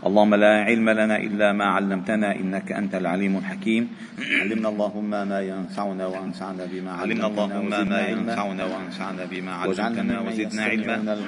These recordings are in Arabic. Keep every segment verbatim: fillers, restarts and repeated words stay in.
اللهم لا علم لنا إلا ما علمتنا إنك أنت العليم الحكيم. علمنا اللهم ما ينفعنا وانفعنا بما علمتنا اللهم ما ينفعنا وانفعنا بما علمتنا وزدنا علما.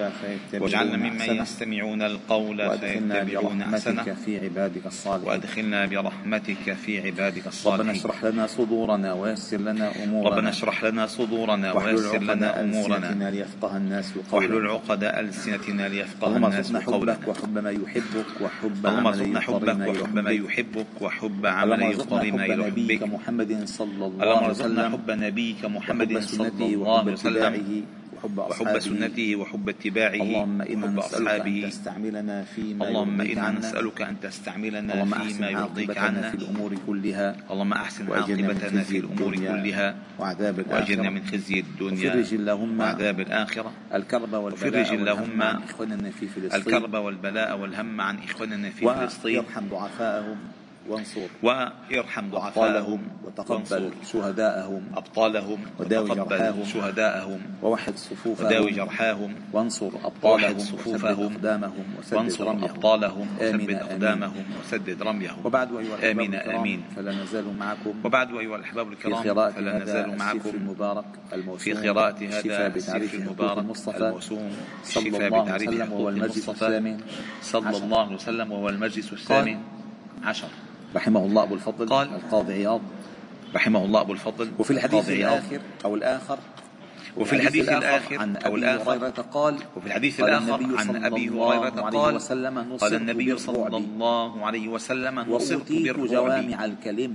واجعلنا ممن يستمعون القول فيتبعون أحسنه في عبادك الصالحين وادخلنا برحمتك في عبادك الصالحين. ربنا اشرح لنا صدورنا ويسر لنا أمورنا ربنا اشرح لنا صدورنا ويسر لنا أمورنا ليفقه الناس قولنا واحلل عقد ألسنتنا ليفقه الناس قولنا. وحب ما يحبك وحب اللهم عمل ارزقنا حبك وحب ما يحبك وحب عمل يقتضي ما يحبك. محمد صلى الله اللهم عليه ارزقنا وسلم حب نبيك محمد صلى الله عليه وسلم وحب سنته وحب اتباعه اللهم إنا وحب أصحابه. تستعملنا فيما اللهم يرضيك إنا عنا. نسألك أن تستعملنا اللهم فيما أحسن يرضيك عاقبتنا عنا في الأمور كلها اللهم أحسن وأجرنا من عاقبتنا خزي في الأمور الدنيا كلها وعذاب وأجرنا الآخرة من خزي الدنيا وفرج اللهم وعذاب الآخرة. الكرب والبلاء وفرج اللهم عن إخواننا في فلسطين الكرب والبلاء والهم عن إخواننا في فلسطين وارحم ضعفاءهم وانصر ويرحم ضعفاءهم وتقبل شهداءهم أبطالهم وداوي وتقبل جرحاهم شهداءهم ووحد صفوفهم وداوي جرحاهم وانصر ووحد أبطالهم صفوفهم وثبت أقدامهم وسدد وانصر رميهم أبطالهم آمين وثبت آمين. أقدامهم وسدد رميهم. وبعد أيها الأحباب آمين الكرام آمين. فلا نزال معكم وبعد أيها الأحباب في الكرام قراءة فلا هذا نزال السفر معكم المبارك في الموسوم قراءة الشفاء هذا بتعريف السفر حقوق المبارك المصطفى الموسوم صلى الشفاء الله عليه بتعريف وسلم حقوق وهو المجلس المصطفى الثامن صلى عشر. الله عليه وسلم وهو المجلس الثامن عشر. رحمه الله أبو الفضل قال القاضي عياض رحمه الله أبو الفضل وفي الحديث القاضي عياض. الآخر أو الآخر وفي الحديث الآخر عن أو أبي الآخر هريرة قال وفي الحديث قال الآخر النبي عن صلى أبي الله هريرة عليه قال وسلم قال نصرت النبي صلى بالرعب الله عليه وسلم نصرت وأوتيت بالرعب جوامع الكلم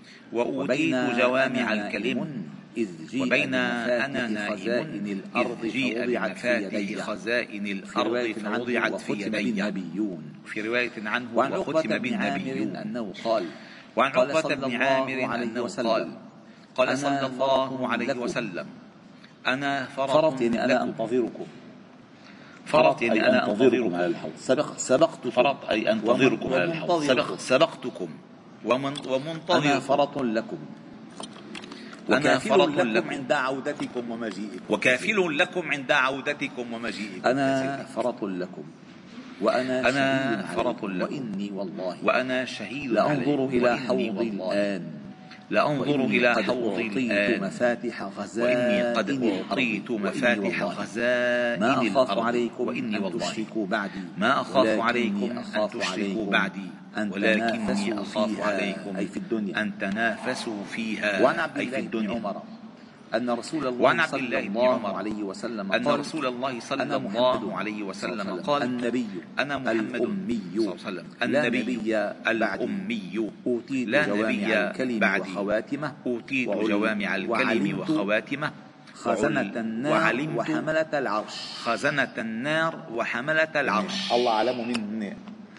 وأوتيت جوامع الكلم إذ جيء وبين أنا بمفاتيح خزائن نائم الأرض إذ جيء فوضعت في بمفاتيح يدي خزائن في الأرض رواية عنه فوضعت في وختم يدي بالنبيون في رواية عنه وعن عقبة وختم بن بالنبيون. عامر أنه قال وعن قال عقبة صلى بن الله عامر عليه أنه وسلم قال قال أنا صلى الله فرط عليه لكم. وسلم أنا فرط فرط يعني أنا لكم. أنتظركم فرط يعني أي أنا أنتظركم على الحوض سبق سبقتكم فرط أي أنتظركم على الحوض سبق سبقتكم ومن ومنتظركم. أنا فرط لكم أنا فرط لكم لكم عند عودتكم ومجيئكم وكافل لكم عند عودتكم ومجيئكم. أنا فرط لكم وأنا أنا شهيد فرط عليكم لكم وإني والله وأنا شهيد لأنظر عليكم إلى وإني حوضي والله الآن لأنظر وإني إلى قد حوضي أعطيت الآن مفاتيح وإني خزائن قد الأرض أعطيت وإني مفاتح والله خزائن ما أخاف الأرض عليكم وإني أن والله تشركوا بعدي ما أخاف ولكني عليكم أن أخاف تشركوا عليكم بعدي أن ولكني تنافسوا أخاف فيها عليكم أي في الدنيا. أن تنافسوا فيها وعن عبد أي في الله بن الدنيا. عمر أن رسول وعن الله عبد صلى الله بن الله عمر عليه وسلم أن قال رسول الله صلى أنا محمد الله عليه وسلم قال النبي أنا محمد الأمي صلى الله عليه وسلم لا النبي نبي بعدي الأمي أوتيت لا جوامع نبي الكلم بعدي وخواتمه أوتيت وعلم- جوامع الكلم وعلمت وخواتمه خزنة وعل- النار وعلمت وحملة العرش خزنة النار وحملة العرش. الله أعلم من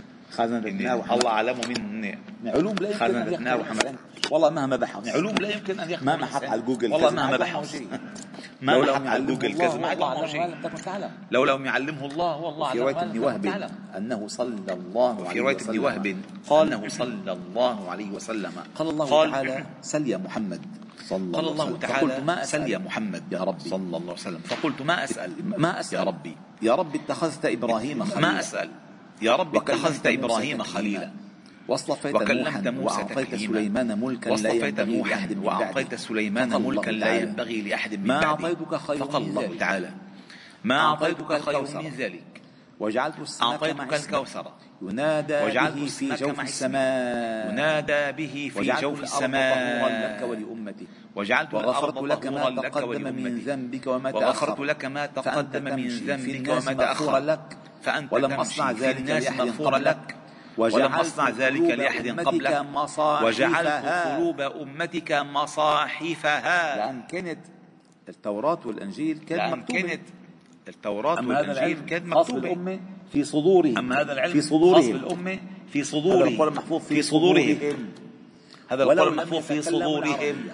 خزنة النار وحملة الله أعلم من علوم لا يمكن خزنة أن النار يخطر وحملة والله مهما بحث علوم لا يمكن أن يخطر ما بحث على جوجل والله كذا مهما ما بحث شيء. ما لو بحث لم على يعلمه جوجل الله كذا ما والله يعلمه أعلم شيء. ما لم تكن تعلم. لو لم يعلمه الله والله في أعلم رواية ما ابن لم وهب تكن تعلم. أنه صلى الله في عليه رواية ابن وسلم وهب قال أنه صلى الله عليه وسلم قال الله قال تعالى سل يا محمد صلى قال الله عليه الله وسلم فقلت ما تعالى أسأل سل يا محمد يا ربي صلى الله عليه وسلم فقلت ما أسأل ما أسأل يا ربي يا رب اتخذت إبراهيم خليلا ما أسأل يا رب وكلمت اتخذت موسى إبراهيم تكليما خليلا واصطفيت وكلمت نوحا موسى وأعطيت تكليما سليمان ملكا لا واصطفيت ينبغي نوحا لأحد من وأعطيت بعده سليمان فقال ملكا الله لا تعالى ينبغي لأحد من ما بعده أعطيتك خير فقال من الله ذلك تعالى ما أعطيتك خير الكوثر. من ذلك وجعلت اسمك مع أعطيتك اسمك الكوثر ينادى وجعلت به في اسمك جوف مع السماء ينادى به في وجعلت جوف الأرض طهورا لك السماء ولأمتك وجعلت وغفرت الأرض لك ما طهورا لك تقدم من ولأمتك ذنبك وما وغفرت تأخر لك ما فأنت تقدم من تمشي في ذنبك الناس وما مغفورا تأخر لك فأنت ولم تمشي أصنع في ذلك الناس لأحد مغفورا قبلك لك ولم وجعلت أصنع ذلك قلوب لأحد أمتك قبلك مصاحفها وجعلت قلوب أمتك مصاحفها. لأن كانت التوراة والإنجيل كانت لأن مكتوبة كانت التوراة أما هذا والإنجيل العلم كانت خاص مكتوبة بالأمة في صدورهم أما هذا العلم في خاص صدورهم بالأمة في هذا صدورهم القرآن محفوظ في, في صدورهم صدورهم هذا ولو القرآن لم محفوظ في يتكلموا صدورهم العربية.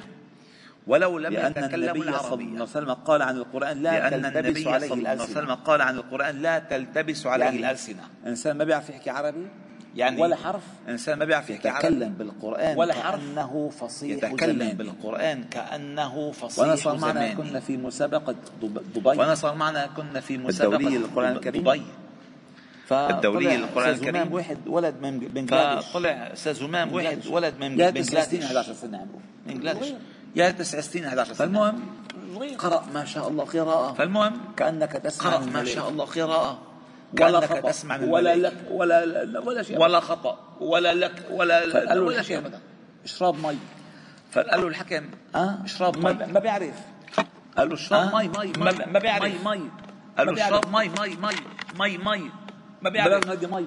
ولو لم لأن يتكلموا النبي صلى الله العربية عليه وسلم قال عن القرآن لا لأن تلتبس النبي عليه صلى الله عليه الألسنة. وسلم قال عن القرآن لا تلتبس عليه يعني الألسنة. إنسان ما بيعرف يحكي عربي يعني ولا حرف إنسان ما بيعرف يحكي عربي يتكلم بالقرآن ولا حرف كأنه فصيح يتكلم زمان. بالقرآن كأنه فصيح وأنا صار معنا زمان. كنا في مسابقة دبي وأنا صار معنا كنا في مسابقة الدولية للقرآن الكريم دبي الدولية للقرآن الكريم. واحد ولد من بنغلاديش، فطلع أستاذ همام واحد ولد من يا تسع سنين بنغلاديش، إحدى عشرة سنة عمره، بنغلاديش يا تسع سنين إحدى عشرة سنة. فالمهم قرأ ما شاء الله قراءة، فالمهم كأنك تسمع قرأ ما شاء الله قراءة ولا كأنك خطأ تسمع من ولا الملائكة. لك ولا ولا شيء ولا خطأ ولا لك ولا ولا ولا شيء شيء. أبدا. اشرب مي. فقال له الحكم أه؟ اشرب ما, مي. ما بيعرف. قال له اشرب أه؟ مي مي ما, ما بيعرف. مي مي. قال له اشرب مي مي مي مي مي. ما بيعرف. بلغ نادي مي،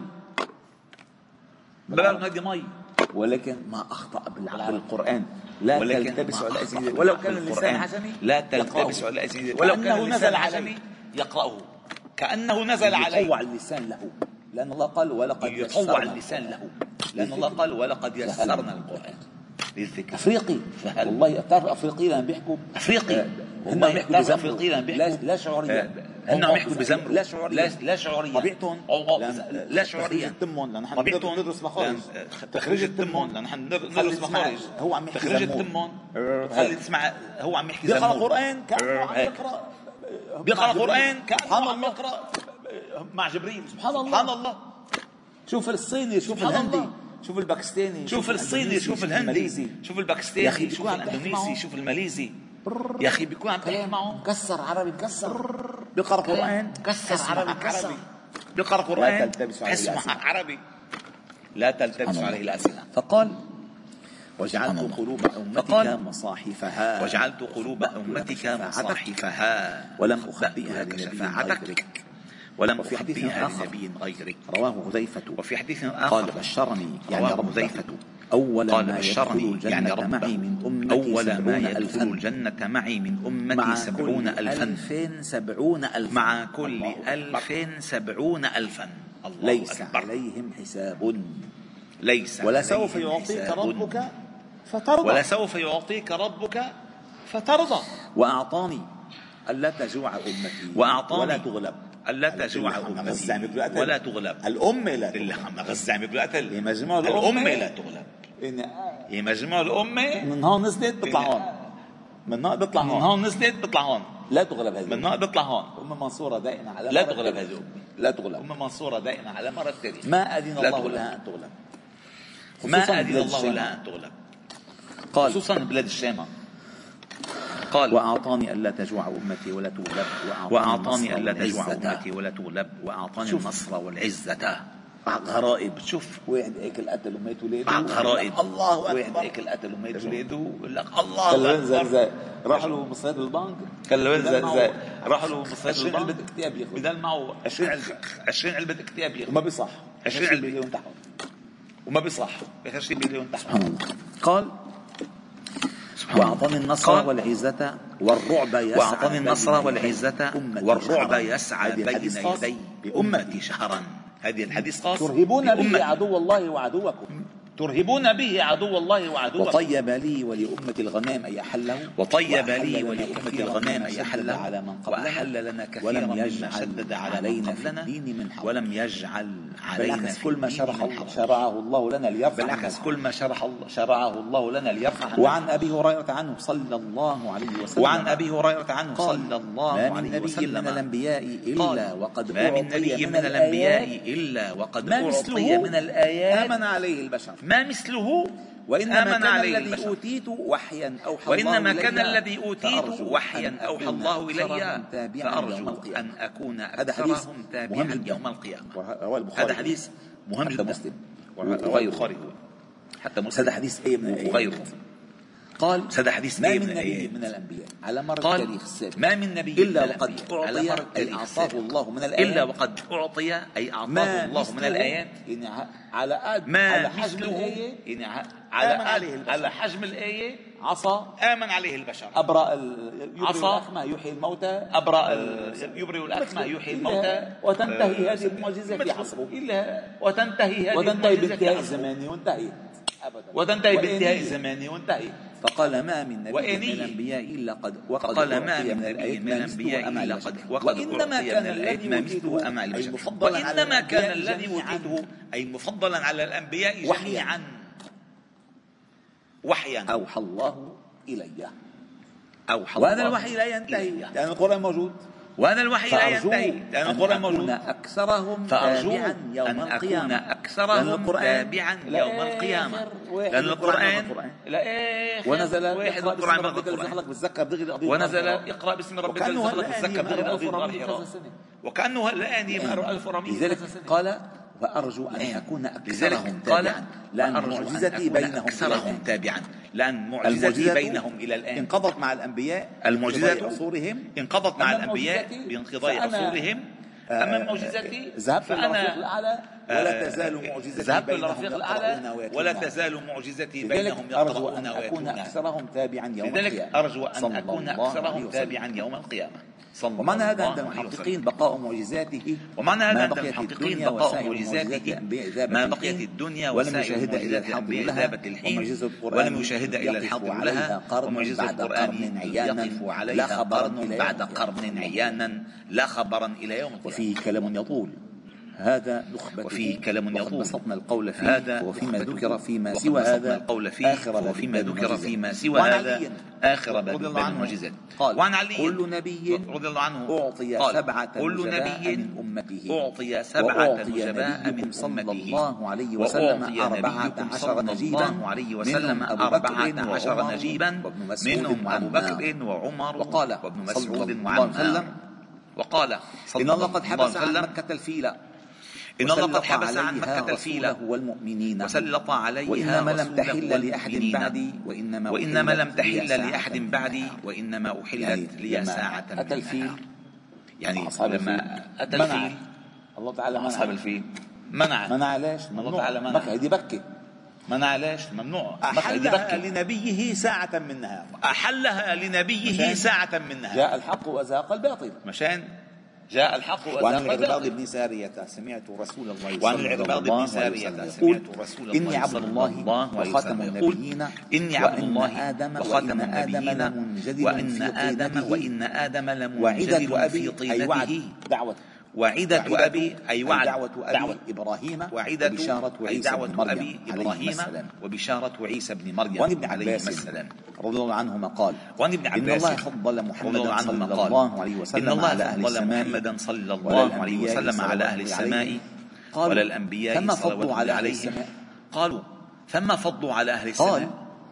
بلغ نادي مي. ولكن ما أخطأ بالقرآن. لا تلتبس على أسئلة ولو كان اللسان حسني، لا تلتبس على أسئلة ولو كان اللسان حسني يقرأه كأنه نزل عليه. يطوع اللسان له، لأن الله قال ولقد يطوع اللسان له، لأن الله قال ولقد يسرنا القرآن للذكر. أفريقي والله بتعرف أفريقي لما بيحكوا أفريقي هم بيحكوا أفريقي لما بيحكوا لا شعوريا، انهم بيحكوا بزمر لا شعوريا، لا شعوريا طبيعتهم لا شعوريا تمهم، لأن نحن ندرس مخارج تخريج التمون، لأن نحن ندرس مخارج هو عم يحكي تخريج التمون. خلي تسمع هو عم يحكي بيقرأ قرآن كأنه عم يقرأ بيقرأ قرآن كأنه عم يقرأ مع جبريل. سبحان الله. سبحان الله. شوف الصيني، شوف الهندي، شوف الباكستاني، شوف الصيني، شوف الهندي، شوف الباكستاني، شوف الاندونيسي، شوف الماليزي. يا اخي بيكون عم تحكي معه مكسر عربي مكسر، بيقرأ قرآن مكسر عربي مكسر، بيقرأ قرآن اسمع عربي. لا تلتبس عليه الأسئلة. فقال وجعلت قلوب أمتك مصاحفها وجعلت قلوب أمتك مصاحفها ولم أخبئها شفاعتك ولم أخبئها لنبي غيرك. رواه حذيفة. وفي حديث آخر قال بشرني يعني رب حذيفة أول قال ما بشرني يعني رب معي من أمتي أول ما يدخل ألفاً. الجنة معي من أمتي سبعون ألفا سبعون ألفا مع كل ألف سبعون ألفا. الله ليس أكبر. عليهم حساب ليس ولسوف عليهم يعطيك حساب. ربك فترضى ولسوف يعطيك ربك فترضى. وأعطاني ألا تجوع أمتي وأعطاني ولا تغلب ألا تجوع أمتي ولا تغلب. الأمة لا اللي عم غزة بيقول قتل. هي مجموع الأمة لا تغلب. هي مجموع الأمة من هون نزلت بيطلع هون، من هون بيطلع من هون، هون نزلت بيطلع هون، لا تغلب هذه من هون بيطلع هون. أم منصورة دائما على لا تغلب هذه الأمة. لا تغلب أم منصورة دائما على مر التاريخ. ما أذن الله تغلب. لها أن تغلب. ما أذن الله لها أن تغلب. قال خصوصا بلاد الشام. قال وأعطاني ألا تجوع أمتي ولا تغلب وأعطاني ألا تجوع أمتي ولا تغلب وأعطاني النصر والعزة. غرائب. شوف واحد اكل قتل ومات ولاده. غرائب. الله واحد اكبر. اكل قتل ومات ولاده يقول لك الله اكبر. راحوا له مصيد البنك، قال له وين زي راحوا له مصيد عشرين البنك علبة اكتئاب ياخذ، بدل معه عشرين علبة عشرين علبة اكتئاب ياخذ وما بيصح عشرين علبة مليون تحت وما بيصح عشرين مليون تحت. سبحان الله. قال وأعطاني النصر والعزة والرعب يسعى وأعطاني النصر والعزة والرعب يسعى بين الحديث خاص يدي بأمتي شهرا. هذه الحديث خاص ترهبون به بأمتي. عدو الله وعدوكم ترهبون به عدو الله وعدوكم. وطيب لي ولأمة الغمام أن يحله وطيب لي ولأمة الغمام أن يحله على من قبلنا وأحل لنا كثيرا ولم مما يجعل شدد على علينا من في قبلنا الدين من حرج. ولم يجعل علينا بالعكس في كل ما الدين شرح من الله حرج. شرعه الله لنا ليرفع بالعكس كل ما شرح الله شرعه الله لنا ليرفع عنا. وعن أبي هريرة عنه صلى الله عليه وسلم وعن أبي هريرة عنه صلى الله ما من عليه نبي وسلم من الأنبياء إلا وقد ما من نبي من الأنبياء إلا وقد أعطي من الآيات آمن عليه البشر ما مثله وإنما آمن كان عليه الذي البشر. أوتيت وحيا أوحى وإنما الله كان إلي الذي أوتيت وحيا أوحى الله إلي فأرجو القيامة. أن أكون هذا حديث أكثرهم تابعا مهم جدا. يوم القيامة. رواه البخاري. هذا حديث مهم حتى جدا. مسلم رواه البخاري حتى مسلم. هذا حديث أي من الآيات. وغيره. قال هذا حديث ما أي من من نبي الآيات. من الأنبياء على مر قال التاريخ السابق ما من نبي إلا من وقد الأنبياء على أعطي مر أي التاريخ أعطاه السابق. الله من الآيات إلا وقد أعطي أي أعطاه الله من الآيات يعني على قد ما على حجم مثله الآية يعني آمن على عليه البشر. على حجم الآية عصا آمن عليه البشر. أبرأ يبرئ عصا الأكمه يحيي الموتى أبرأ يبرئ الأكمه يحيي الموتى وتنتهي هذه المعجزة في عصره إلا وتنتهي هذه وتنتهي المعجزة في بانتهاء عصره. الزمان وانتهت أبدا وتنتهي بانتهاء الزمان وانتهت. فقال ما من نبي وإني من الأنبياء إلا قد وقد فقال ما أعطي من نبي من الأنبياء إلا قد وقد وإنما أعطي كان من الآيات الذي ما مثله أمع أوتيته أي البشر. مفضلا على وإنما كان الأنبياء الذي جميعاً أوتيته أي مفضلا على الأنبياء وحياً. جميعا وحيا أوحى الله إلي. أوحى وهذا الله الوحي لا ينتهي إلي. لأن القرآن موجود وهذا الوحي لا ينتهي لأن القرآن موجود. أكثرهم فأرجو أن أكون أكثرهم تابعا يوم القيامة، لأن القرآن ونزل اقرأ باسم ربك الذي خلق بالزكاة بغير ونزل اقرأ باسم ربك الذي خلق بالزكاة بغير، وكأنه الآن يمر ألف رمي. لذلك قال وأرجو أن أكون أكثرهم تابعا لأن معجزتي بينهم أكثرهم تابعا لأن معجزتي بينهم إلى الآن انقضت مع الأنبياء المعجزة عصورهم انقضت مع الأنبياء بانقضاء عصورهم. أما معجزتي ذهبت للرفيق الأعلى ولا تزال معجزتي بينهم الأعلى ولا تزال معجزتي بينهم يقرؤون ويكون أكثرهم تابعا يوم القيامة. لذلك أرجو أن أكون أكثرهم تابعا يوم القيامة. ومعنى هذا عند المحققين بقاء معجزاته ومعنى هذا عند المحققين بقاء معجزاته ما بقيت الدنيا ولم يشاهد إلى الحظ لها ولم يشاهد إلى الحظ لها ومعجزة القرآن يقف عليها قرن بعد قرن عيانا لا خبرا إلى يوم القيامة. وفيه كلام يطول هذا نخبة وفيه كلام يطول بسطنا القول فيه هذا وفيما ذكر فيما سوى هذا القول فيه وفيما ذكر فيما سوى هذا آخر باب المعجزات. وعن علي كل نبي رضي الله عنه أعطي سبعة كل نبي من أمته أعطي سبعة نجباء من صلى أمته الله عليه وسلم أربعة عشر نجيبا وسلم أربعة عشر نجيبا منهم أبو بكر وعمر وقال وابن مسعود وعمار. وقال إن الله قد حبس عن مكة الفيل إن الله قد حبس عن مكة الفيل والمؤمنين وسلط عليها وإنما لم تحل لأحد بعدي وإنما, وإنما لم تحل لأحد بعدي وإنما أحلت يعني لي ساعة أتى الفيل يعني لما أتى الفيل الله تعالى منع أصحاب الفيل منع منع ليش الله تعالى منع مكة دي بكة منع ليش ممنوع أحلها لنبيه ساعة من نهار أحلها لنبيه ساعة من نهار جاء الحق وزاق الباطل مشان جاء الحق وزاق الباطل. وعن العرباض بن سارية سمعت رسول الله وعن العرباض بن سارية سمعت رسول الله إني عبد الله وخاتم النبيين إني عبد الله آدم وخاتم النبيين وإن آدم وإن آدم لمنجدل في طيبته دعوة وعدة أبي أي وعد دعوة أبي إبراهيم وعدة وبشارة عيسى دعوة بن مريم أبي إبراهيم وبشارة عيسى بن مريم وعن ابن عباس رضي الله عنهما قال وعن ابن عباس إن الله فضل محمدا صلى الله عليه وسلم إن الله على أهل السماء محمدا صلى الله عليه وسلم على أهل السماء ولا الأنبياء ثم فضلوا على أهل السماء قالوا ثم فضلوا على أهل السماء قال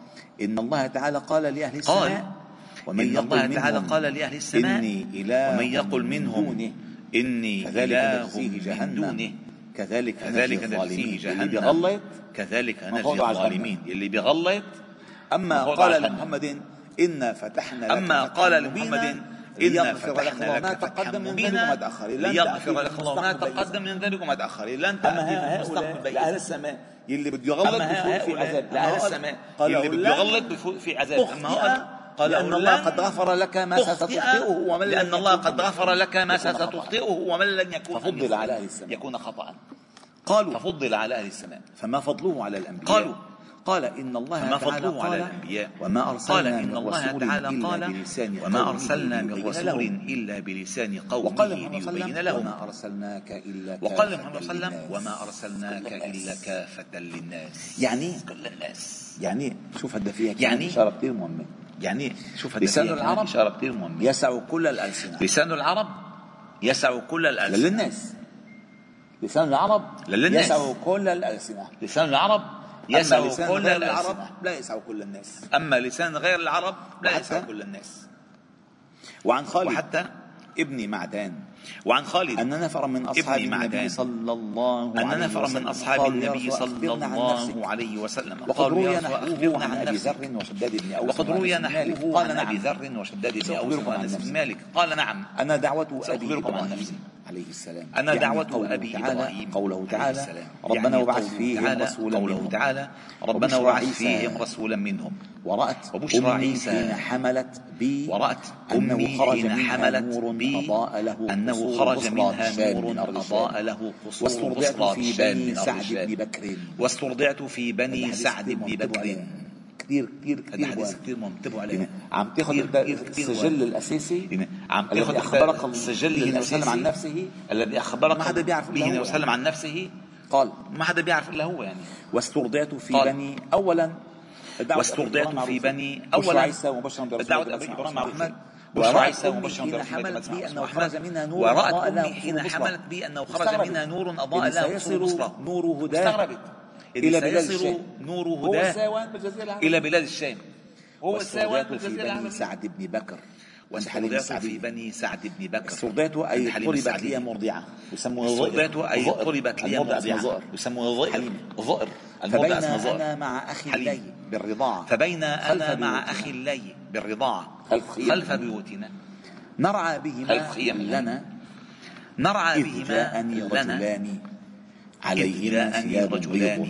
إن الله تعالى قال لأهل السماء ومن الله تعالى قال لأهل السماء إني إله ومن يقل منهم إني إله من دونه كذلك كذلك نجزيه جهنم كذلك نجزي الظالمين اللي بيغلط. أما قال لمحمد إن فتحنا لك أما قال لمحمد إن فتحنا لك فتحا مبينا ليغفر لك الله ما تقدم من ذنبك وما تأخر. لن أما هؤلاء لأهل السماء اللي بده يغلط بفوت في عذاب لأهل السماء اللي بده يغلط بفوت في عذاب. أما هو قال لأن الله قد غفر لك ما ستخطئه ومن لأن الله قد غفر لك ما ستخطئه ومن لن يكون ففضل على أهل السماء يكون خطأ. قالوا ففضل على أهل السماء فما فضلوه على الأنبياء قالوا قال إن الله تعالى قال وما أرسلنا من رسول إلا بلسان وما أرسلنا من رسول إلا بلسان قومه ليبين لهم وما أرسلناك إلا وقال محمد صلى الله عليه وسلم وما أرسلناك إلا كافة للناس يعني كل الناس. يعني شوف هذا فيها يعني إشارة كثير مهمة. يعني شوف لسان العرب إشارة كثير مهمة يسع كل الألسنة. لسان العرب يسع كل الألسنة للناس. لسان العرب للناس. يسع كل الألسنة. لسان العرب يسع كل العرب لا يسع كل الناس. أما لسان غير العرب لا يسع كل الناس. وعن خالد وحتى ابن معدان وعن خالد أن نفر من أصحاب النبي صلى الله عليه وسلم أن نفر من أصحاب النبي صلى الله عليه وسلم وقد روي نحوه عن أبي ذر وشداد بن أوس وقد روي نحوه عن أبي ذر وشداد بن أوس وأنس بن مالك قال نعم أنا دعوة أبي إبراهيم عليه السلام أنا دعوة أبي إبراهيم قوله تعالى ربنا وبعث فيهم رسولا قوله تعالى ربنا وبعث فيهم رسولا منهم ورأت وبشرى عيسى حين حملت بي ورأت أنه خرج حين منها حملت نور بي أضاء له أنه خرج منها نور أضاء له قصور واسترضعت في بني سعد بن بكر واسترضعت في بني سعد بن بكر. كثير كثير كثير حديث كثير مهم انتبهوا عليه. عم تاخذ السجل الاساسي عم تاخذ اخبرك السجل الاساسي عن نفسه الذي اخبرك ما حدا بيعرف به وسلم عن نفسه. قال ما حدا بيعرف الا هو يعني واسترضعت في بني اولا واسترضعت في بني اولا عيسى ومبشرا برسول دعوة ابي ابراهيم محمد ورأت أمي حين حملت بي أنه خرج منها نور ورأت أمي حين حملت بي أنه خرج منها نور أضاء لها أصول البصرة. نور هداه إلى بلاد الشام. نور هداه إلى بلاد الشام. هو الساوان بالجزيرة العربية. سعد بن بكر والسردات في بني سعد بن بكر. السردات أي طلبت لي مرضعة يسموها السردات أي طلبت لي مرضعة يسموها ظئر. ظئر فبين أنا مع أخي اللي بالرضاعة فبين أنا مع أخي اللي بالرضاعة خلف بيوتنا نرعى بهما لنا نرعى بهما جاءني رجلان عليهما ثياب بيض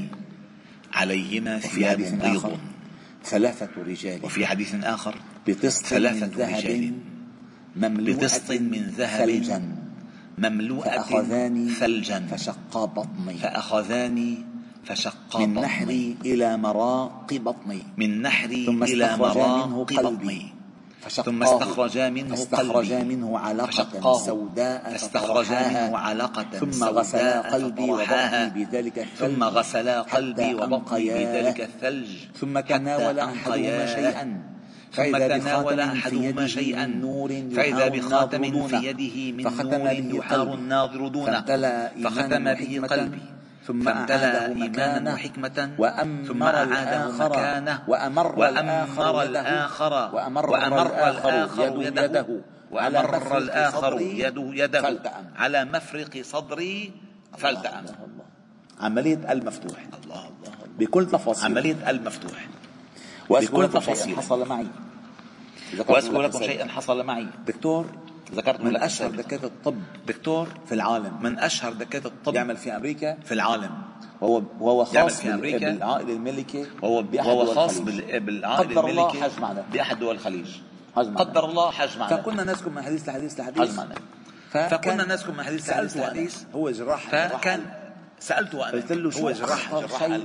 عليهما ثياب بيض ثلاثة رجال. وفي حديث آخر بطست من ذهب بطست من ذهب مملوءة ثلجا فشقا بطني فأخذاني فشقا من نحري إلى مراق بطني من نحري إلى مراق بطني ثم استخرجا منه فاستخرجا منه علقة سوداء فاستخرجا منه علقة ثم غسلا قلبي وبطني بذلك الثلج ثم غسلا قلبي وبطني بذلك الثلج ثم تناول أحدهما شيئا فإذا تناول أحدهما شيئا فإذا بخاتم في يده من نور يحار الناظر دونه فختم به قلبي ثم امتلأ إيمانا وحكمة ثم أعاده مكانه وأمر الآخر وأمر الآخر يده وأمر الآخر يده يده على مفرق صدري فالتأم. عملية المفتوح الله الله بكل تفاصيل عملية المفتوح بكل تفاصيل حصل معي. وأذكر لكم شيئا حصل معي. دكتور ذكرت من أشهر دكاترة الطب دكتور في العالم من أشهر دكاترة الطب يعمل في أمريكا في العالم وهو وهو خاص في أمريكا بالعائلة الملكي وهو وهو خاص بالعائلة الملكي بأحد دول الخليج. قدر الله حج معنا فكنا نسكن من حديث لحديث لحديث فكنا نسكن من حديث لحديث لحديث هو جراح فكان سألته أنا قلت له شو جراح جراح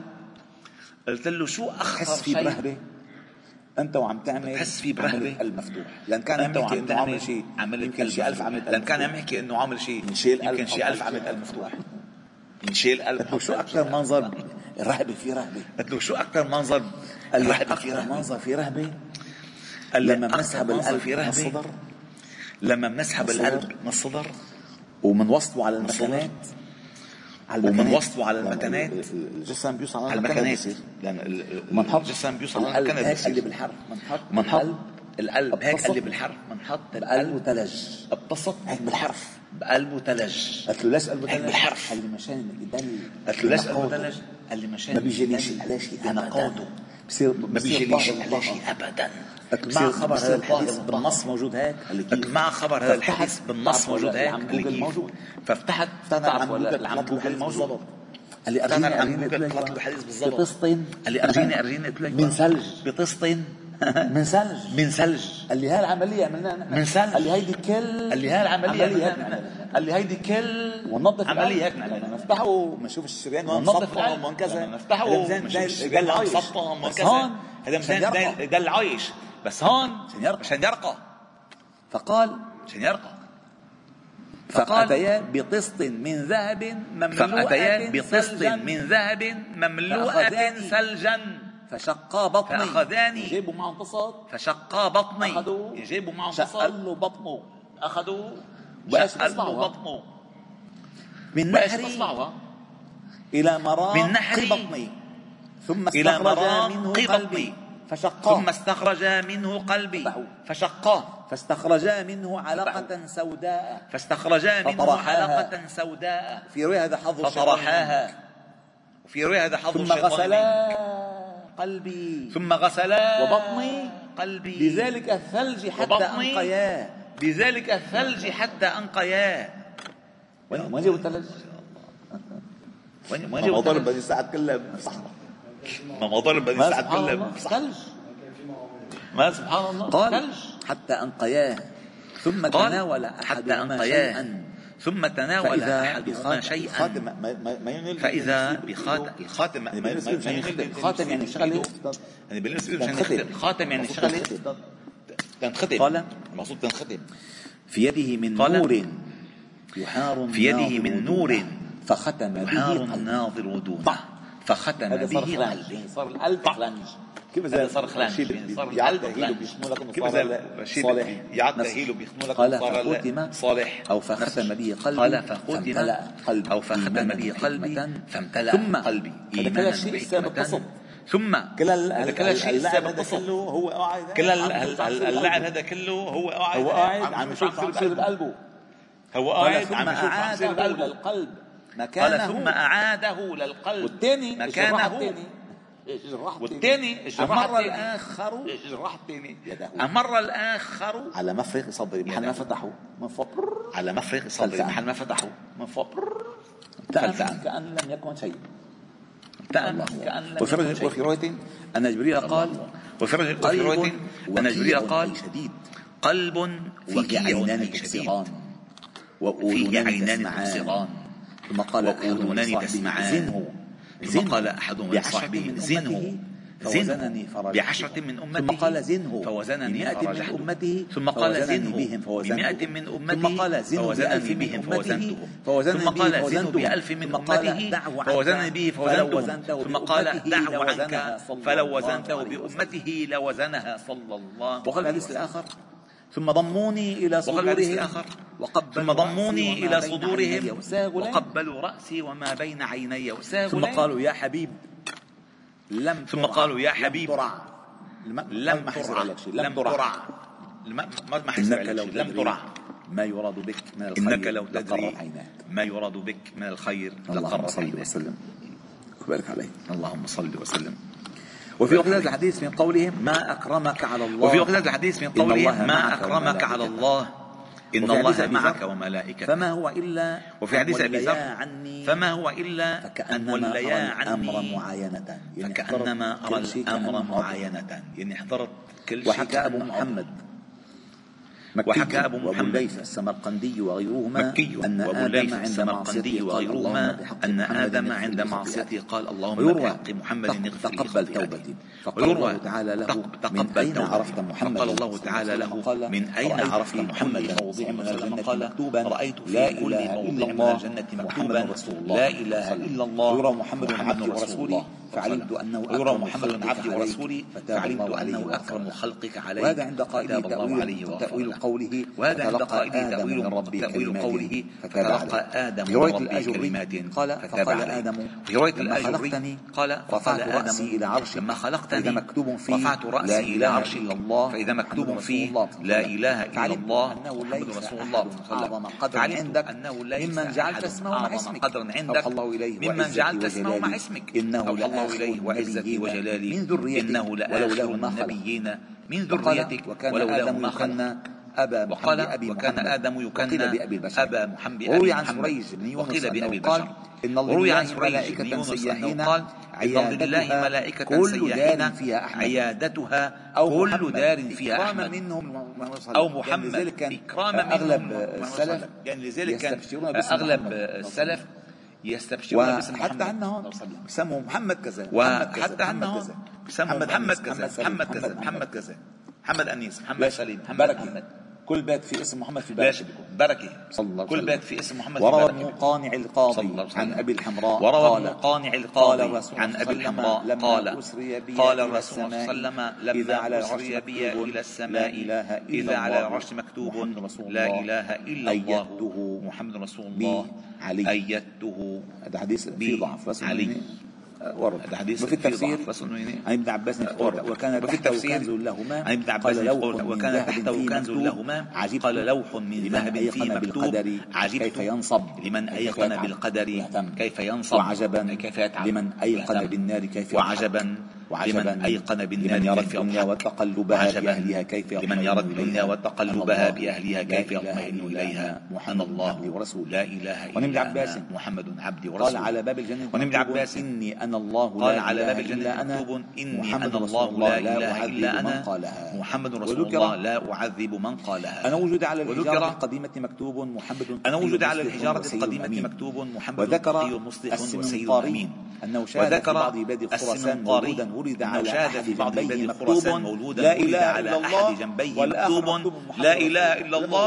قلت له شو أخطر شيء برهبة أنت وعم تعمل تحس في برهبة المفتوح لأن كان عم يحكي إنه عامل شيء يمكن شيء ألف عمل لأن كان عم يحكي إنه عامل شيء يمكن شيء ألف عمل المفتوح نشيل ألف. شو أكثر منظر رهبة في رهبة. قلت له شو أكثر منظر الرهبة في رهبة منظر في رهبة لما بنسحب القلب من الصدر لما بنسحب القلب من الصدر ومن وصله على المكانات ومن وصله على المكانات الجسم بيوصل على المكانات لأن الجسم بيوصل على المكانات هيك اللي بالحرف منحط منحط القلب هيك اللي بالحرف منحط بقلبه ثلج اتصل هيك بالحرف بقلبه ثلج. قلت له ليش قلبه ثلج؟ بالحرف قال لي مشان يضل. قلت له ليش قلبه ثلج؟ قال لي مشان ما بيجينيش عليه شيء انا قوته بصير ما بيجينيش عليه شيء ابدا. مع خبر هذا الحديث بالنص موجود هيك مع خبر هذا الحديث بالنص موجود هيك موجود ففتحت تعرف ولا عم جوجل موجود قال لي ارجيني ارجيني طلعت له الحديث بالضبط بطسطين قال لي ارجيني ارجيني قلت لك من ثلج بطسطين من ثلج من ثلج قال لي هاي العمليه عملناها من ثلج قال لي هيدي كل قال لي هاي العمليه قال لي هيدي كل وننظف عمليه هيك نفتحه ونشوف الشريان وننظف ومن كذا نفتحه ونشوف الشريان مسطم من كذا هذا مزين ده العايش بس هون عشان يرقى فقال عشان يرقى فأتيا بطست من ذهب مملوءة بطست من ذهب مملوءة ثلجا فشقا بطني فأخذاني يجيبوا معهم تصاد فشقا بطني يجيبوا معهم تصاد شقلوا بطنه أخذوا شقلوا بطنه من نحري إلى مراق من نحري بطني ثم استخرج منه قلبي فشقاه ثم استخرج منه قلبي فشقاه فاستخرجا منه علقة سوداء فاستخرجا منه علقة سوداء في رواية هذا حظ فطرحاها في رواية هذا حظ ثم غسلا قلبي ثم غسلا وبطني قلبي بذلك الثلج حتى أنقياه بذلك الثلج حتى أنقياه. وين وين جابوا الثلج؟ وين وين جابوا الثلج؟ بني سعد كلها بصحراء ما ضرب بني سعد كلها ثلج ما سبحان الله قال حتى أنقياه ثم تناول أحدهما شيئا ثم تناول أحدهما شيئا خاتم ما ينل فإذا بخاتم الخاتم ما ينل الخاتم يعني شغله يعني بالنسبة لي الخاتم يعني شغله تنختم قال المقصود تنختم في يده من نور يحار في يده من نور فختم به يحار الناظر دونه فختم به قلبي صار القلب فلنج كيف هذا صار خلان صار يعد هيلو بيخنوا لك انه صار صالح يعد هيلو بيخنوا لك قال فختم صالح أو فختم به قلبي قال فختم قلبي أو فختم به قلبي فامتلأ قلبي إيمانا وحكمة ثم كل كل شيء اللعب هذا كله هو قاعد كل اللعب هذا كله هو قاعد هو قاعد عم يشوف عم يصير بقلبه هو قاعد عم يشوف عم يصير بقلبه للقلب مكانه ثم أعاده للقلب والثاني مكانه والثاني أمر الآخر الجراح الثاني أمر الآخر على مفرق صدري محل ما فتحوا من فوق على مفرق صدري محل ما فتحوا من فوق كأن لم يكن شيء وفي رواية أن جبريل قال وفي رواية أن جبريل قال شديد قلب فيه عينان تبصران وأذنان تبصران ثم قال وأذنان تسمعان ثم قال أحدهم لصاحبه زنه زنه بعشرة من أمته ثم قال زنه فوزنني من أمته ثم قال زنه بمئة من أمته ثم قال زنه فوزنني بهم فوزنتهم ثم قال زنه بألف من أمته فوزنني به فوزنتهم ثم قال دعه عنك فلو وزنته بأمته لوزنها صلى الله عليه وسلم. وقال الحديث الآخر ثم ضموني إلى صدورهم ثم ضموني إلى صدورهم وقبلوا رأسي وما بين عيني ثم قالوا يا حبيب لم ثم قالوا يا حبيب لم ترع لم ترع ما حيصير لم ترع ما يراد بك من الخير إنك لو تدري ما يراد بك من الخير اللهم صل وسلم وبارك عليه. اللهم صل وسلم. وفي وقت الحديث من قولهم ما أكرمك على الله وفي وقت الحديث من قولهم ما أكرمك على الله إن الله معك وملائكته فما هو إلا وفي حديث أبي ذر فما هو إلا أن وليا عني معاينة يعني فكأنما أرى الأمر معاينة يعني حضرت كل شيء. وحكى أبو محمد وحكى أبو محمد السمرقندي وغيرهما مكي أن آدم عند معصيته وغيرهما أن آدم عند معصيته قال اللهم بحق محمد اغفر لي خطيئتي. ويروى تعالى له من أين عرفت محمد قال الله تعالى له من أين عرفت محمد موضع من الجنة مكتوبا رأيت في كل موضع من الجنة مكتوبا لا إله إلا الله ويرى محمد عبدي ورسولي فعلمت أنه ويرى محمد عبدي ورسولي فعلمت أنه أكرم خلقك عليه. وهذا عند قائل تأويل قوله وهذا عند قائل تأويل تأويل قوله فتلقى آدم من ربه كلمات قال فقال آدم في رواية الأجري قال رفعت رأسي إلى عرش لما خلقتني مكتوب فيه رفعت رأسي إلى عرش الله فإذا مكتوب فيه لا إله إلا الله محمد رسول الله أعظم قدر عندك ممن جعلت اسمه مع اسمك ممن جعلت اسمه مع اسمك إنه الله إليه وعزتي وجلالي إنه لآخر النبيين من ذريتك ولولا ما خلق أبا وقال وكان آدم يكنى أبا محمد وروي عن سريج بن يونس أنه قال إن الله ملائكة سياحين قال إن لله ملائكة سياحين عيادتها كل دار فيها أحمد أو محمد إكراما أغلب السلف يعني لذلك كان أغلب السلف يستبشرون باسم محمد. حتى عنهم سموا محمد كذا وحتى عنهم سموا محمد كذا محمد كذا محمد كذا محمد أنيس محمد سليم محمد محمد كل بيت في اسم محمد في بركة بركة صلى الله كل بيت في اسم محمد وروى المقانع القاضي عن أبي الحمراء وروى المقانع القاضي عن أبي الحمراء قال قال الرسول صلى الله عليه وسلم لما أسري بي إلى السماء إذا على العرش مكتوب لا إله إلا الله محمد رسول الله أيدته. هذا حديث في ضعف علي ورد حديث في التفسير عن ابن عباس وكان تحته كنز لهما عن ابن عباس وكان تحته كنز لهما قال لوح من ذهب فيه مكتوب عجبت كيف ينصب لمن أيقن بالقدر كيف ينصب وعجبا لمن أيقن بالنار كيف وعجبا لمن أيقن بالنار كيف الدنيا وتقلبها بأهلها كيف لمن يرى الدنيا وتقلبها بأهلها كيف يطمئن إليها محمد الله ورسوله لا إله إلا أنا محمد عبدي ورسوله. قال على باب الجنة ونمد عباس إني أنا الله قال على باب الجنة مكتوب إني أنا الله لا إله إلا أنا محمد رسول الله لا أعذب من قالها. أنا وجد على الحجارة القديمة مكتوب محمد أنا وجد على الحجارة القديمة مكتوب محمد تقي مصلح وسيد أمين. أنه شاهد في بعض بلاد خراسان مولودا ولد على أحد جنبيه مكتوب لا إله إلا الله والآخر مكتوب لا إله إلا الله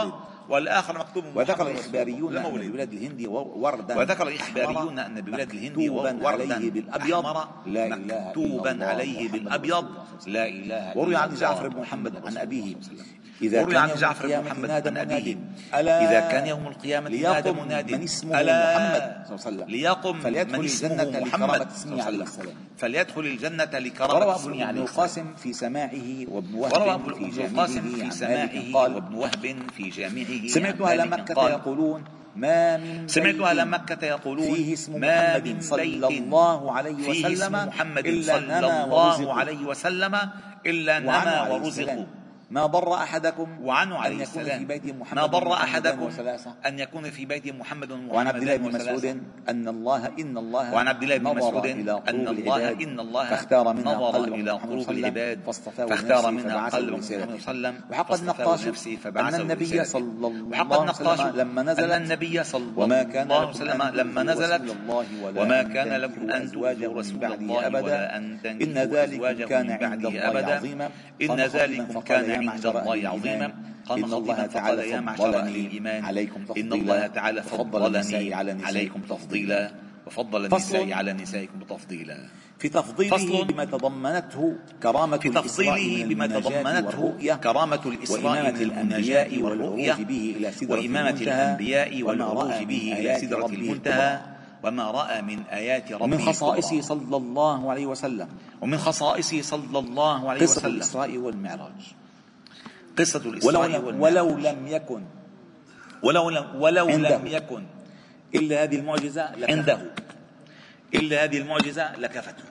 والآخر مكتوب وذكر الإخباريون أن ببلاد الهند وردا وذكر الإخباريون أن ببلاد الهند وردا بالأبيض مكتوبا عليه بالأبيض لا إله. وروي عن جعفر بن محمد عن أبيه إذا كان يوم القيامة نادى منادي إذا كان يوم القيامة نادى منادي من اسمه محمد صلى الله عليه وسلم ليقم فليدخل الجنة لكرامة اسمه عليه السلام فليدخل الجنة لكرامة اسمه عليه السلام. القاسم في سماعه وابن وهب في جامعه في سماعه وابن وهب في جامعه سمعت أهل مكة يقولون ما من سمعت أهل مكة يقولون فيه اسم محمد صلى الله عليه وسلم إلا الله عليه وسلم إلا نما ورزقوا ما ضر أحدكم وعنه عليه أن يكون السلام في بيت محمد ما ضر أحدكم وثلاثة أن يكون في بيت محمد وعن عبد الله بن مسعود أن الله إن الله وعن عبد الله بن مسعود أن الله إن الله فاختار منها نظر إلى قلوب العباد فاختار منها قلب محمد صلى الله عليه وسلم وحق النقاش أن النبي صلى الله عليه وسلم لما نزل النبي صلى الله عليه وسلم لما نزلت وما كان لكم أن تؤذوا رسول الله ولا أن تنكحوا أزواجه من بعده أبدا إن ذلكم كان عند الله عظيما. قام الله تعالى يا معشر أهل الإيمان إن الله تعالى فضلني عليكم تفضيلا وفضل النساء على نسائكم تفضيلا في تفضيله بما تضمنته كرامة في تفضيله بما تضمنته كرامة الإسراء من الأنبياء والرؤية وإمامة الأنبياء والعروج به إلى سدرة المنتهى وما رأى من آيات ربه ومن خصائصه صلى الله عليه وسلم ومن خصائصه صلى الله عليه قصة وسلم الإسراء والمعراج قصة الإسراء ولو, ولو لم يكن ولو لم, ولو لم يكن إلا هذه المعجزة عنده إلا هذه المعجزة لكفته.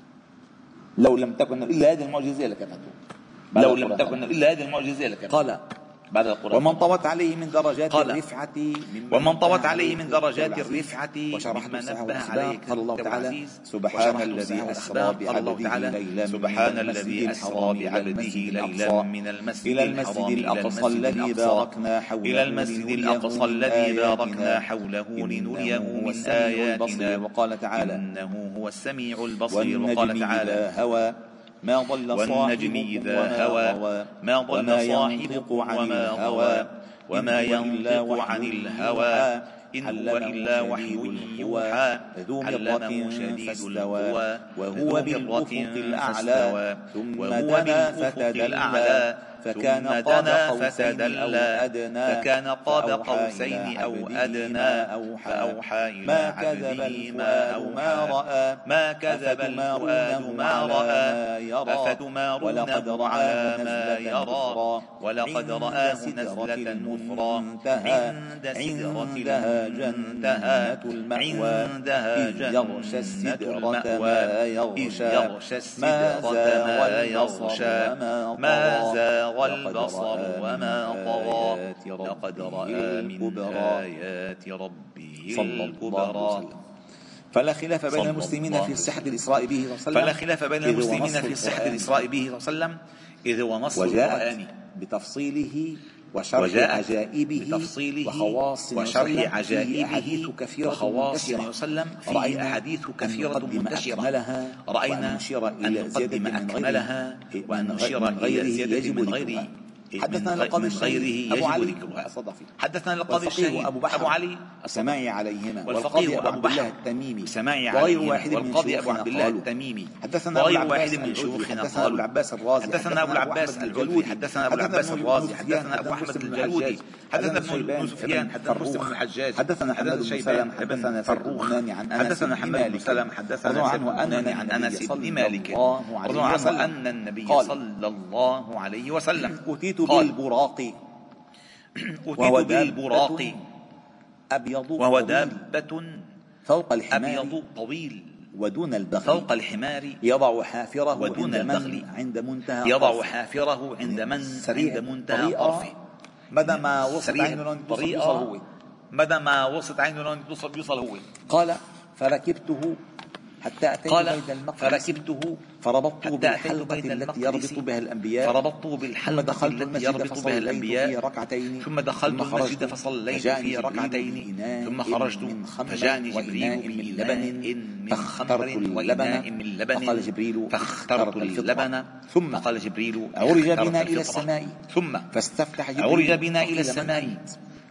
لو لم تكن إلا هذه المعجزة لكفته لو لم تكن إلا هذه المعجزة لكفته. قال بعد القرآن ومن طوت عليه من درجات الرفعة ومن طوت عليه من درجات الرفعة وشرح مما نفسه نبه عليه قال الله تعالى سبحان الذي أسرى بعبده ليلا سبحان الذي أسرى بعبده ليلا من المسجد الحرام إلى الأقصى الذي باركنا حوله إلى المسجد الأقصى الذي باركنا حوله لنريه من آياتنا. وقال تعالى إنه هو السميع البصير. وقال تعالى هوى ما ضل والنجم إذا هوى ما ضل صاحبكم وما غوى وما ينطق عن الهوى إن هو إلا وحي يوحى علمه شديد القوى وهو بالأفق الأعلى ثم دنا فتدلى فكان قاب قوسين أو أدنى فكان قاب قوسين أو أدنى فأوحى إلى عبده ما رأى ما كذب الفؤاد ما رأى أفتمارونه على ما يرى ولقد رآه نزلة أخرى عند سدرة المنتهى عندها جنة المأوى إذ يغشى السدرة ما يغشى ما زاغ والبصر وما طغى لقد رأى من آيات ربه الكبرى. فلا خلاف بين المسلمين في صحة الإسراء به صلى الله عليه وسلم فلا خلاف بين المسلمين في صحة الإسراء به صلى الله عليه وسلم إذ هو نص القرآن بتفصيله وشرح عجائبه وخواص وشرح عجائبه وخواص وسلم في أحاديث كثيرة منتشرة رأينا أن نقدم أكملها وأن نشير إلى زيادة من غيره حدثنا القاضي غيره يجب ذكرها. حدثنا القاضي الشهيد أبو علي السماعي عليهما والفقيه أبو أبو بحر التميمي سماعي وغير واحد من والقاضي أبو عبد الله التميمي حدثنا غير واحد من شيوخنا حدثنا أبو العباس الرازي حدثنا أبو العباس الجلودي حدثنا أبو العباس الرازي حدثنا أبو أحمد الجلودي حدثنا ابن سفيان حدثنا مسلم بن الحجاج حدثنا حماد بن سلمة حدثنا فروخ حدثنا حماد بن سلمة حدثنا عن أنس بن مالك رضي عنه أن النبي صلى الله عليه وسلم أتيت بالبراق وهو بالبراق أبيض وهو دابة فوق الحمار أبيض طويل ودون البغل فوق الحمار يضع حافره ودون البغل عند منتهى يضع حافره عند من عند منتهى طرفه مدى ما وصلت عينه طريقة هو مدى ما وصلت عينه يوصل يوصل هو. قال فركبته حتى أتيت بيت المقدس فركبته فربطته بالحلقة التي يربط بها الأنبياء فربطته بالحلقة التي يربط بها الأنبياء ثم دخلت المسجد فصليت فيه ركعتين ثم خرجت فجاءني جبريل بلبن من خمر وإناء من لبن فقال جبريل فاخترت اللبن ثم قال جبريل عرج بنا إلى السماء ثم فاستفتح جبريل عرج بنا إلى السماء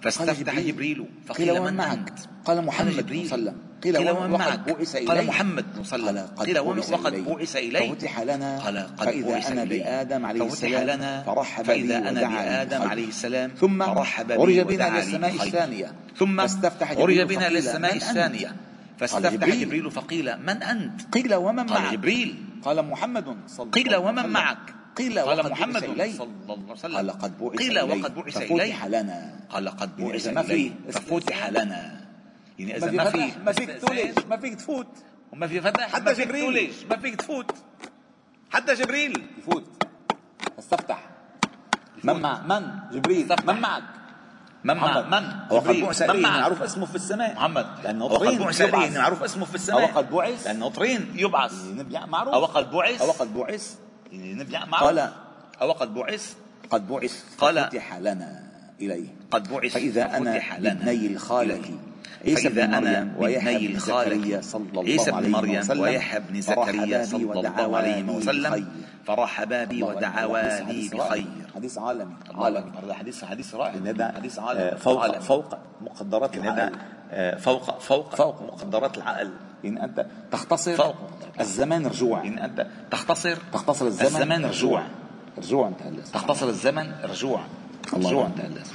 فاستفتح جبريل فقيل من أنت؟ قال محمد صلى الله عليه وسلم. قيل ومن معك؟ قال محمد صلى الله عليه وسلم. قيل وقد بعث إلي؟ ففتح لنا قال قد فإذا بعث أنا إلي. بآدم عليه السلام فرحب بي فإذا أنا ودعا بآدم عليه السلام ثم عرج بنا إلى السماء الثانية الثانية ثم عرج بنا إلى السماء من الثانية فاستفتح جبريل فقيل من أنت؟ قيل ومن قال معك؟ جبريل. قال محمد صلى الله عليه وسلم. قيل ومن معك؟ قيل قال محمد صلى الله عليه وسلم. قال قد بعث قيل إلي وقد بعث ففتح إلي. لنا. قال قد بعث يعني إلي ففتح لنا. يعني إذا ما في ما فيك تولج ما فيك تفوت وما في فتح حتى جبريل ما فيك تفوت حتى جبريل يفوت استفتح. من مع من جبريل من معك؟ من معك؟ من جبريل من معروف اسمه في السماء محمد لأنه طرين يبعث معروف اسمه في السماء. أو قد بعث لأنه طرين يبعث معروف. أو قد بعث أو قد بعث قال أو قد بعث قد بعث قال فتح لنا إليه قد بعث فإذا أنا ابني الخالة عيسى بن مريم ويحيى بن زكريا صلى الله عليه وسلم ويحيى بن زكريا صلى الله عليه وسلم فرحبا بي ودعوا لي بخير. حديث عالمي عالمي هذا حديث حديث رائع. هذا حديث عالمي فوق فوق مقدرات العقل. فوق فوق فوق مقدرات العقل. إن أنت تختصر فوق الزمان رجوع. إن أنت تختصر تختصر الزمن, الزمن رجوع. رجوع أنت هلا تختصر الزمن رجوع. رجوع أنت هلا.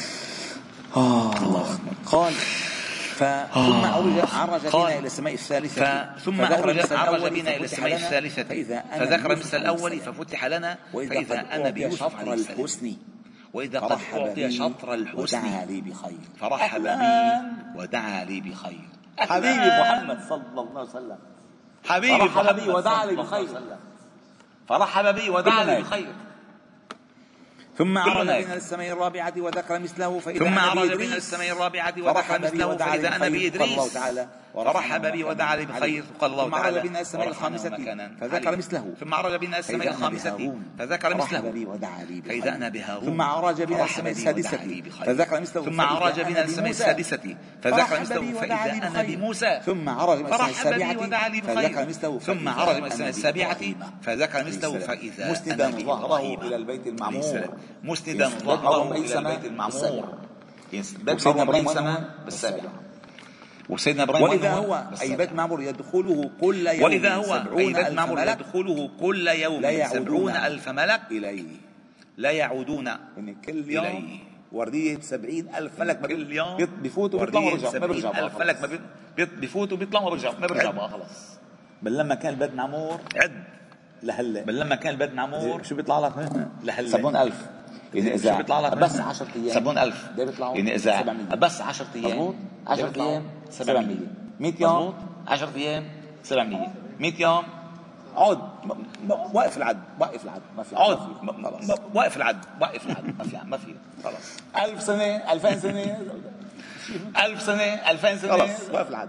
الله قال ثم عرج بنا إلى السماء الثالثة ثم عرج بنا إلى السماء الثالثة فذكر مثل الأول ففتح لنا فإذا أنا بيوسف عليه السلام وإذا قد أعطي شطر الحسن ودعا لي بخير فرحب بي ودعا لي بخير. حبيبي محمد صلى الله عليه وسلم حبيبي فرحب بي ودعا لي بخير فرحب بي ودعا لي بخير. ثم عرج بنا السماء الرابعة وذكر مثله فإذا ثم عرج بنا السماء الرابعة وذكر مثله فإذا أنا بإدريس فرحب بي ودعا لي بخير. قال الله تعالى ثم عرج بنا السماء الخامسة فذكر مثله ثم عرج بنا السماء الخامسة فذكر مثله فإذا أنا بهارون ثم عرج بنا السماء السادسة فذكر مثله ثم عرج بنا السماء السادسة فذكر مثله فإذا أنا بموسى ثم عرج بنا السماء السابعة فذكر مثله ثم عرج بنا السماء السابعة فذكر مثله فإذا مسندا ظهره إلى البيت المعمور مسندا ظهره إلى البيت المعمور وسيدنا إبراهيم سماء بالسابعة وسيدنا إبراهيم وإذا هو أي بيت معمور يدخله كل يوم وإذا هو أي بيت معمور يدخله كل يوم سبعون ألف ملك إليه لا يعودون. يعني كل يوم وردية سبعين ألف ملك كل يوم بيفوتوا بيطلعوا وبيرجعوا ما بيرجعوا. ألف ملك بيفوتوا بيطلعوا وبيرجعوا ما بيرجعوا خلاص. بل لما كان البيت معمور عد لهلا بل لما كان البيت معمور شو بيطلع لك لهلا سبعون ألف. يعني إذا بيطلع لك بس عشرة أيام سبعون ألف يعني إذا بس عشرة أيام عشرة أيام سبعمية مئة يوم عشرة أيام سبعمية مئة يوم عود واقف العد واقف العد ما في عود واقف العد واقف العد ما في ما في خلاص. ألف سنة ألفين سنة ألف سنة ألفين سنة خلاص واقف العد.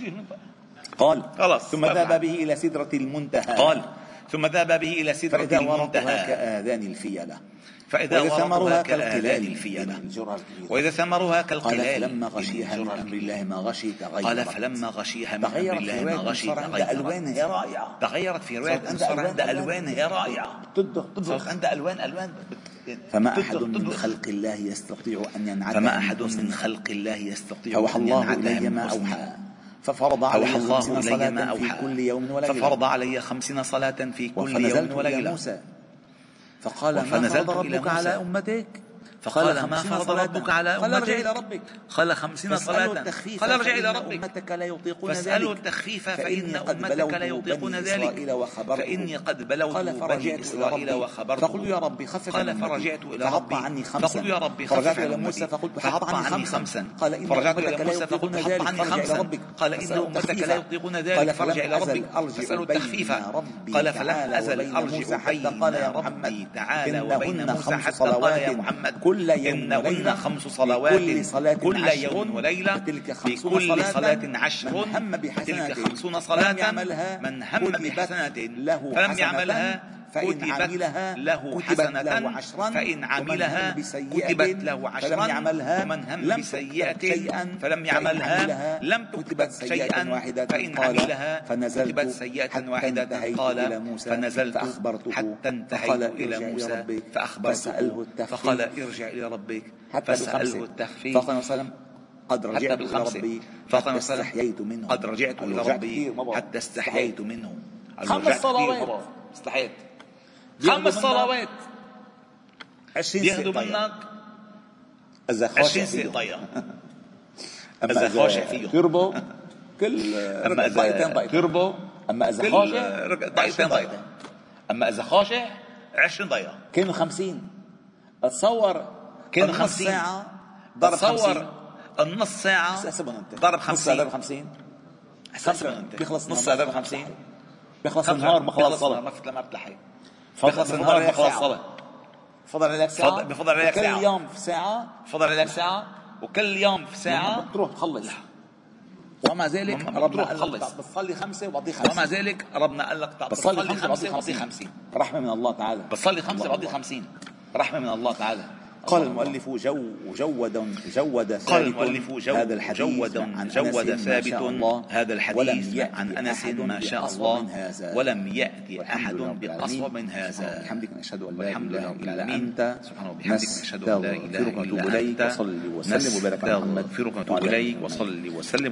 قال خلاص ثم ذهب به إلى سدرة المنتهى قال ثم ذهب به إلى سدرة المنتهى كآذان الفيلة فإذا ثمرها كالقلال الفيلة وإذا ثمرها كالقلال فلما غشيها من أمر الله ما غشي تغير. قال فلما غشيها من أمر الله ما غشي تغير. ألوانها رائعة. تغيرت في رواية صار عند ألوانها رائعة. تضخ عند ألوان ألوان فما أحد من خلق الله يستطيع أن ينعدها فما أحد من خلق الله يستطيع أن ينعدها ما أوحى ففرض علي خمسين صلاة في كل يوم وليلة ففرض علي خمسين صلاة في كل يوم وليلة فقال ما فرض ربك على أمتك فقال ما فرض ربك على أمتك قال خمسين صلاة قال ارجع إلى ربك فاسألوا التخفيف فإن أمتك لا يطيقون ذلك فإني قد بلوت بني إسرائيل وخبرت فقلت يا ربي خفف قال فرجعت إلى ربي فقلت يا ربي خفف إلى موسى فقلت فحط عني خمسا فرجعت إلى موسى فقلت حط عني خمسا قال إن أمتك لا يطيقون ذلك فرجع إلى ربك فاسألوا التخفيف قال فلم أزل أرجع بين ربي تعالى وبين موسى حتى قال يا محمد كل يوم إنهن خمس صلوات كل يوم وليلة في كل صلاة عشر تلك خمسون صلاة من هم بحسنة فلم يعملها فإن عملها له كتبت حسنة له عشرا فإن عملها كتبت له عشرا فلم يعملها ومن هم لم بسيئة شيئا فلم يعملها لم تكتب شيئا واحدة فإن قال عملها فنزلت كتبت سيئة واحدة قال قال فنزلت فأخبرته حتى انتهيت فقال إلى ارجع موسى إلى ربك فأخبرته فقال ارجع إلى ربك فسأله التخفيف فقال وسلم قد رجعت إلى ربي حتى استحييت منه قد رجعت إلى ربي حتى استحييت منه. خمس صلوات استحيت خمس صلوات بياخدوا منك عشرين سنة ضيع. أما إذا خاشع فيه تربو كل أما إذا تربو أما إذا خاشع ضيعتين ضيع. أما إذا خاشع عشرين ضيع. كانوا خمسين. أتصور كانوا خمسين ساعة ضرب خمسين. النص ساعة ضرب خمسين. ضرب خمسين. حسبنا أنت. بيخلص نص ساعة ضرب خمسين. بيخلص النهار ما خلص صلاة. ما فت لما بتلحق. بيخلص النهار ما خلص صلاة. بفضل عليك ساعة. بفضل عليك ساعة. كل يوم في ساعة. بفضل عليك ساعة. وكل يوم في ساعة. بتروح تخلص. ومع ذلك ربنا قال لك بتصلي خمسة وبعطيه خمسة. ومع ذلك ربنا قال لك بتصلي خمسة وبعطيه خمسين. رحمة من الله تعالى. بتصلي خمسة وبعطيه خمسين. رحمة من الله تعالى. قال المؤلف جو جود جود قال المؤلف جو هذا الحديث جود عن جود ثابت هذا الحديث عن أنس ما شاء الله ولم يأتي أحد بأصوب من هذا. بحمدك نشهد أن لا إله إلا أنت سبحانه وبحمدك نشهد أن لا إله إلا أنت وصلي وسلم وبارك على محمد نستغفرك ونتوب إليك وصلي وسلم